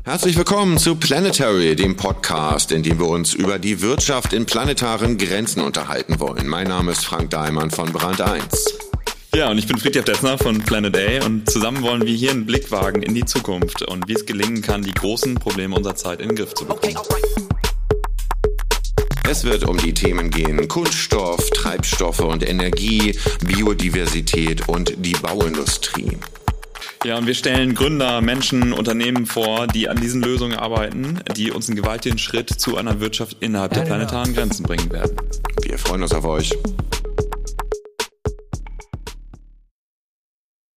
Herzlich willkommen zu Planetary, dem Podcast, in dem wir uns über die Wirtschaft in planetaren Grenzen unterhalten wollen. Mein Name ist Frank Daimann von Brand 1. Ja, und ich bin Friedrich Dessner von Planet A und zusammen wollen wir hier einen Blick wagen in die Zukunft und wie es gelingen kann, die großen Probleme unserer Zeit in den Griff zu bekommen. Es wird um die Themen gehen: Kunststoff, Treibstoffe und Energie, Biodiversität und die Bauindustrie. Ja, und wir stellen Gründer, Menschen, Unternehmen vor, die an diesen Lösungen arbeiten, die uns einen gewaltigen Schritt zu einer Wirtschaft innerhalb der planetaren Grenzen bringen werden. Wir freuen uns auf euch.